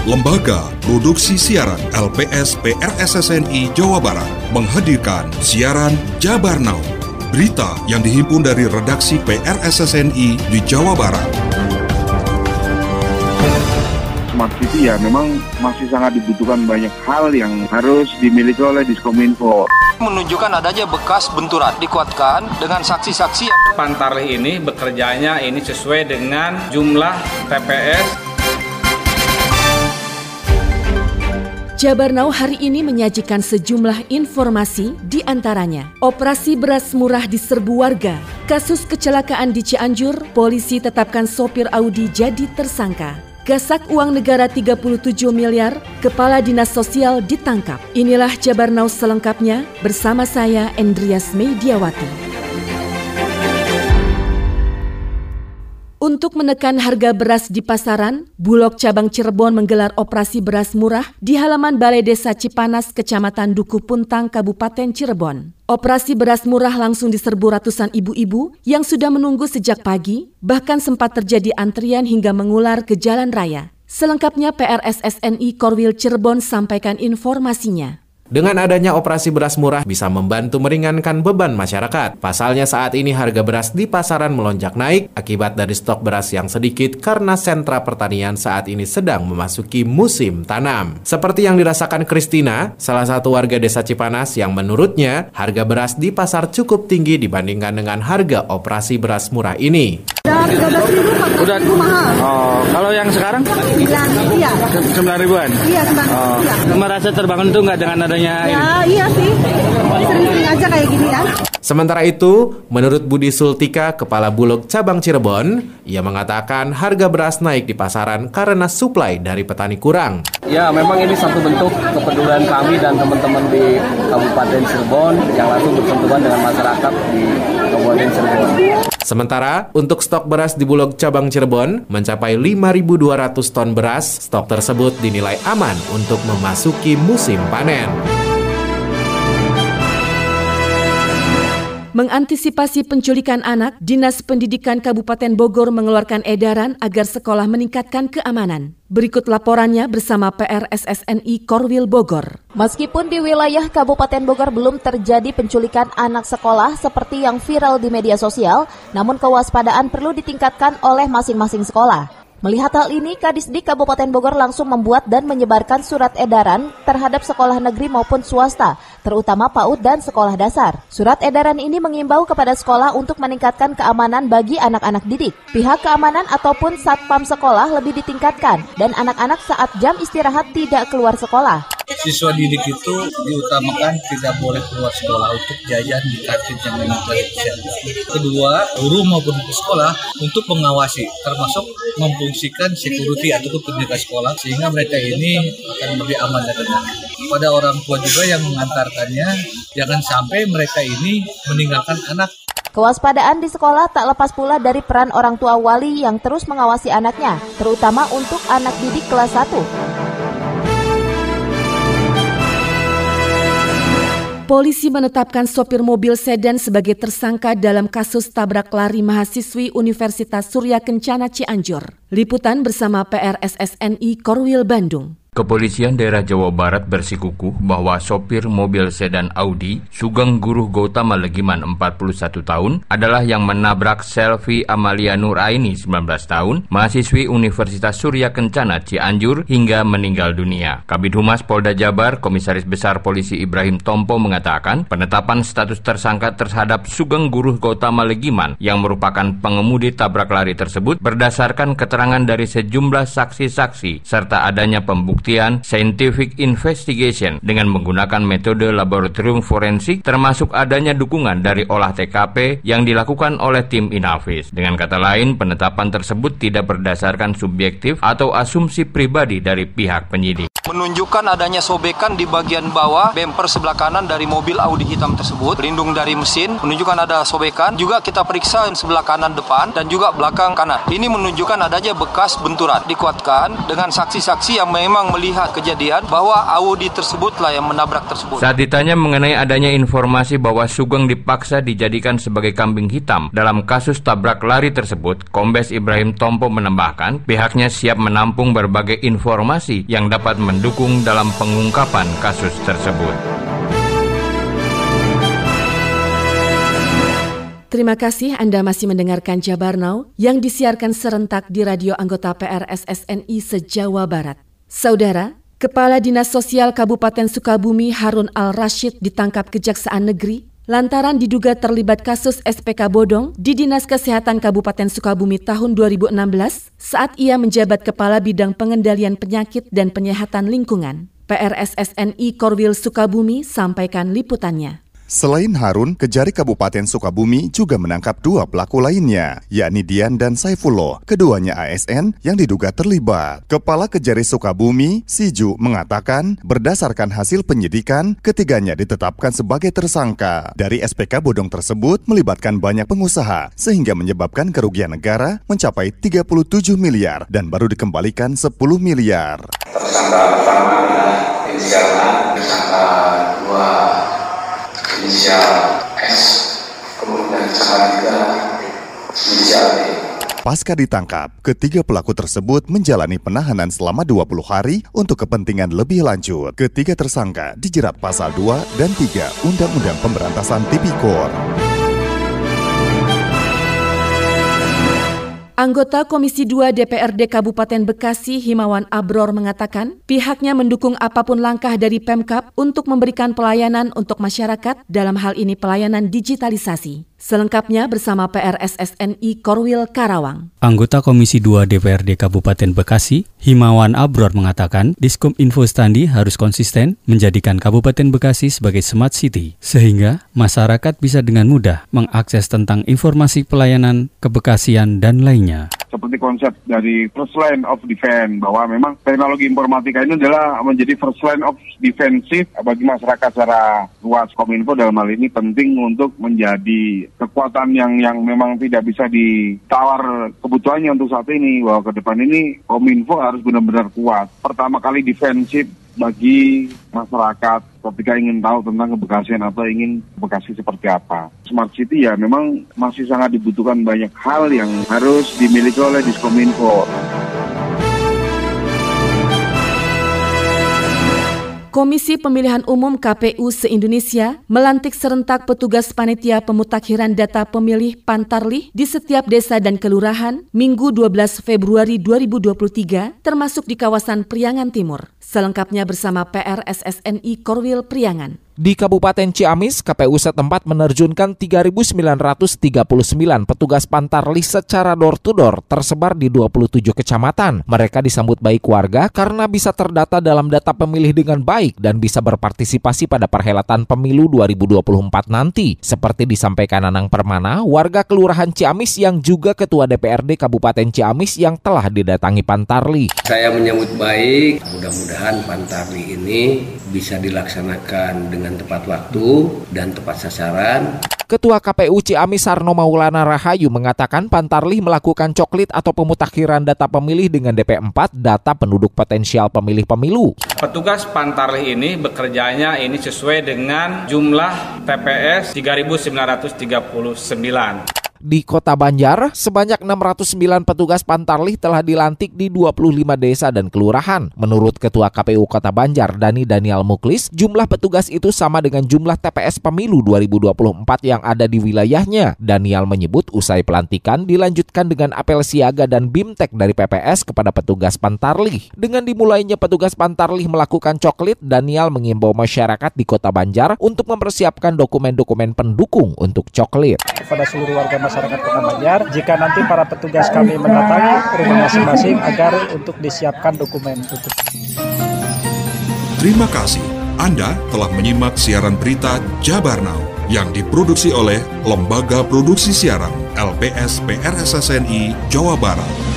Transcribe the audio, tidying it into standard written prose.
Lembaga Produksi Siaran LPS PRSSNI Jawa Barat menghadirkan siaran Jabar Now, berita yang dihimpun dari redaksi PRSSNI di Jawa Barat. Smart City ya memang masih sangat dibutuhkan banyak hal yang harus dimiliki oleh Diskominfo. Menunjukkan adanya bekas benturan, dikuatkan dengan saksi-saksi. Pantarlih ini bekerjanya ini sesuai dengan jumlah TPS. Jabar Now hari ini menyajikan sejumlah informasi, di antaranya operasi beras murah diserbu warga, kasus kecelakaan di Cianjur, polisi tetapkan sopir Audi jadi tersangka, gasak uang negara 37 miliar, kepala dinas sosial ditangkap. Inilah Jabar Now selengkapnya bersama saya Endrias Mediawati. Untuk menekan harga beras di pasaran, Bulog Cabang Cirebon menggelar operasi beras murah di halaman Balai Desa Cipanas, Kecamatan Dukuh Puntang, Kabupaten Cirebon. Operasi beras murah langsung diserbu ratusan ibu-ibu yang sudah menunggu sejak pagi, bahkan sempat terjadi antrian hingga mengular ke jalan raya. Selengkapnya PRSSNI Korwil Cirebon sampaikan informasinya. Dengan adanya operasi beras murah bisa membantu meringankan beban masyarakat. Pasalnya saat ini harga beras di pasaran melonjak naik akibat dari stok beras yang sedikit karena sentra pertanian saat ini sedang memasuki musim tanam. Seperti yang dirasakan Kristina, salah satu warga desa Cipanas yang menurutnya harga beras di pasar cukup tinggi dibandingkan dengan harga operasi beras murah ini. Udah mahal. Oh, kalau yang sekarang? 9.000-an? Iya, 9.000. Merasa terbangun tuh nggak dengan adanya ini? Ya, iya sih. Sering-sering aja kayak gini ya. Sementara itu, menurut Budi Sultika, Kepala Bulog Cabang Cirebon, ia mengatakan harga beras naik di pasaran karena suplai dari petani kurang. Ya, memang ini satu bentuk kepedulian kami dan teman-teman di Kabupaten Cirebon yang langsung bersentuhan dengan masyarakat di Kabupaten Cirebon. Sementara, untuk stok beras di Bulog Cabang Cirebon mencapai 5.200 ton beras. Stok tersebut dinilai aman untuk memasuki musim panen. Mengantisipasi penculikan anak, Dinas Pendidikan Kabupaten Bogor mengeluarkan edaran agar sekolah meningkatkan keamanan. Berikut laporannya bersama PRSSNI Korwil Bogor. Meskipun di wilayah Kabupaten Bogor belum terjadi penculikan anak sekolah seperti yang viral di media sosial, namun kewaspadaan perlu ditingkatkan oleh masing-masing sekolah. Melihat hal ini, Kadisdik Kabupaten Bogor langsung membuat dan menyebarkan surat edaran terhadap sekolah negeri maupun swasta, terutama PAUD dan sekolah dasar. Surat edaran ini mengimbau kepada sekolah untuk meningkatkan keamanan bagi anak-anak didik. Pihak keamanan ataupun satpam sekolah lebih ditingkatkan dan anak-anak saat jam istirahat tidak keluar sekolah. Siswa didik itu diutamakan tidak boleh keluar sekolah untuk jajan di kantin yang memang telah disiapkan. Kedua, guru maupun sekolah untuk mengawasi, termasuk memfungsikan security ataupun penjaga sekolah sehingga mereka ini akan lebih aman dan tenang. Pada orang tua juga yang mengantarkannya, jangan sampai mereka ini meninggalkan anak. Kewaspadaan di sekolah tak lepas pula dari peran orang tua wali yang terus mengawasi anaknya, terutama untuk anak didik kelas 1. Polisi menetapkan sopir mobil sedan sebagai tersangka dalam kasus tabrak lari mahasiswi Universitas Surya Kencana Cianjur. Liputan bersama PRSSNI Korwil Bandung. Kepolisian daerah Jawa Barat bersikukuh bahwa sopir mobil sedan Audi Sugeng Guruh Gautama Legiman 41 tahun adalah yang menabrak Selvi Amalia Nuraini 19 tahun, mahasiswi Universitas Surya Kencana Cianjur hingga meninggal dunia. Kabid Humas Polda Jabar, Komisaris Besar Polisi Ibrahim Tompo mengatakan penetapan status tersangka terhadap Sugeng Guruh Gautama Legiman yang merupakan pengemudi tabrak lari tersebut berdasarkan keterangan dari sejumlah saksi-saksi serta adanya pembuktian scientific investigation dengan menggunakan metode laboratorium forensik termasuk adanya dukungan dari olah TKP yang dilakukan oleh tim Inavis. Dengan kata lain, penetapan tersebut tidak berdasarkan subjektif atau asumsi pribadi dari pihak penyidik. menunjukkan adanya sobekan di bagian bawah bumper sebelah kanan dari mobil Audi hitam tersebut, pelindung dari mesin, menunjukkan ada sobekan. Juga kita periksa sebelah kanan depan dan juga belakang kanan. Ini menunjukkan adanya bekas benturan. Dikuatkan dengan saksi-saksi yang memang melihat kejadian bahwa Audi tersebutlah yang menabrak tersebut. Saat ditanya mengenai adanya informasi bahwa Sugeng dipaksa dijadikan sebagai kambing hitam dalam kasus tabrak lari tersebut, Kombes Ibrahim Tompo menambahkan pihaknya siap menampung berbagai informasi yang dapat mendukung dalam pengungkapan kasus tersebut. Terima kasih Anda masih mendengarkan Jabar Now yang disiarkan serentak di radio anggota PRSSNI se-Jawa Barat. Saudara, Kepala Dinas Sosial Kabupaten Sukabumi Harun Al-Rashid ditangkap Kejaksaan Negeri lantaran diduga terlibat kasus SPK bodong di Dinas Kesehatan Kabupaten Sukabumi tahun 2016 saat ia menjabat Kepala Bidang Pengendalian Penyakit dan Penyehatan Lingkungan. PRSSNI Korwil Sukabumi sampaikan liputannya. Selain Harun, Kejari Kabupaten Sukabumi juga menangkap 2 pelaku lainnya, yakni Dian dan Saifullah, keduanya ASN yang diduga terlibat. Kepala Kejari Sukabumi, Siju, mengatakan berdasarkan hasil penyidikan, ketiganya ditetapkan sebagai tersangka. Dari SPK bodong tersebut melibatkan banyak pengusaha, sehingga menyebabkan kerugian negara mencapai 37 miliar dan baru dikembalikan 10 miliar. Tersangka pertama adalah inisial A, tersangka 2 inisial S, kemudian tersangka 3 inisial D. Pasca ditangkap, ketiga pelaku tersebut menjalani penahanan selama 20 hari untuk kepentingan lebih lanjut. Ketiga tersangka dijerat pasal 2 dan 3 Undang-Undang Pemberantasan Tipikor. Anggota Komisi 2 DPRD Kabupaten Bekasi Himawan Abror mengatakan pihaknya mendukung apapun langkah dari Pemkab untuk memberikan pelayanan untuk masyarakat, dalam hal ini pelayanan digitalisasi. Selengkapnya bersama PRSSNI Korwil Karawang. Anggota Komisi 2 DPRD Kabupaten Bekasi, Himawan Abror mengatakan Diskom Info Standi harus konsisten menjadikan Kabupaten Bekasi sebagai smart city, sehingga masyarakat bisa dengan mudah mengakses tentang informasi pelayanan, kebekasian, dan lainnya. Seperti konsep dari first line of defense, bahwa memang teknologi informatika ini adalah menjadi first line of defensive bagi masyarakat secara luas. Kominfo dalam hal ini penting untuk menjadi kekuatan yang memang tidak bisa ditawar kebutuhannya untuk saat ini, bahwa ke depan ini Kominfo harus benar-benar kuat. Pertama kali defensif bagi masyarakat ketika ingin tahu tentang kebekasian atau ingin Bekasi seperti apa. Smart City ya memang masih sangat dibutuhkan banyak hal yang harus dimiliki oleh Diskominfo. Komisi Pemilihan Umum KPU se-Indonesia melantik serentak petugas panitia pemutakhiran data pemilih Pantarlih di setiap desa dan kelurahan Minggu 12 Februari 2023, termasuk di kawasan Priangan Timur. Selengkapnya bersama PRSSNI Korwil Priangan. Di Kabupaten Ciamis, KPU setempat menerjunkan 3.939 petugas Pantarlih secara door-to-door tersebar di 27 kecamatan. Mereka disambut baik warga karena bisa terdata dalam data pemilih dengan baik dan bisa berpartisipasi pada perhelatan pemilu 2024 nanti. Seperti disampaikan Anang Permana, warga Kelurahan Ciamis yang juga Ketua DPRD Kabupaten Ciamis yang telah didatangi Pantarlih. Saya menyambut baik, mudah-mudahan Pantarlih ini bisa dilaksanakan dengan tepat waktu dan tepat sasaran. Ketua KPU Ciamis Sarno Maulana Rahayu mengatakan Pantarlih melakukan coklit atau pemutakhiran data pemilih dengan DP4 data penduduk potensial pemilih pemilu. Petugas Pantarlih ini bekerjanya ini sesuai dengan jumlah TPS 3.939. Di Kota Banjar, sebanyak 609 petugas Pantarlih telah dilantik di 25 desa dan kelurahan. Menurut Ketua KPU Kota Banjar, Dani Daniel Muklis, jumlah petugas itu sama dengan jumlah TPS pemilu 2024 yang ada di wilayahnya. Daniel menyebut usai pelantikan dilanjutkan dengan apel siaga dan BIMTEK dari PPS kepada petugas Pantarlih. Dengan dimulainya petugas Pantarlih melakukan coklit, Daniel mengimbau masyarakat di Kota Banjar untuk mempersiapkan dokumen-dokumen pendukung untuk coklit. Kepada seluruh warga masyarakat Kota Banjar, jika nanti para petugas kami mendatangi rumah masing-masing agar untuk disiapkan dokumen itu. Terima kasih. Anda telah menyimak siaran berita Jabar Now yang diproduksi oleh Lembaga Produksi Siaran LPS PRSSNI Jawa Barat.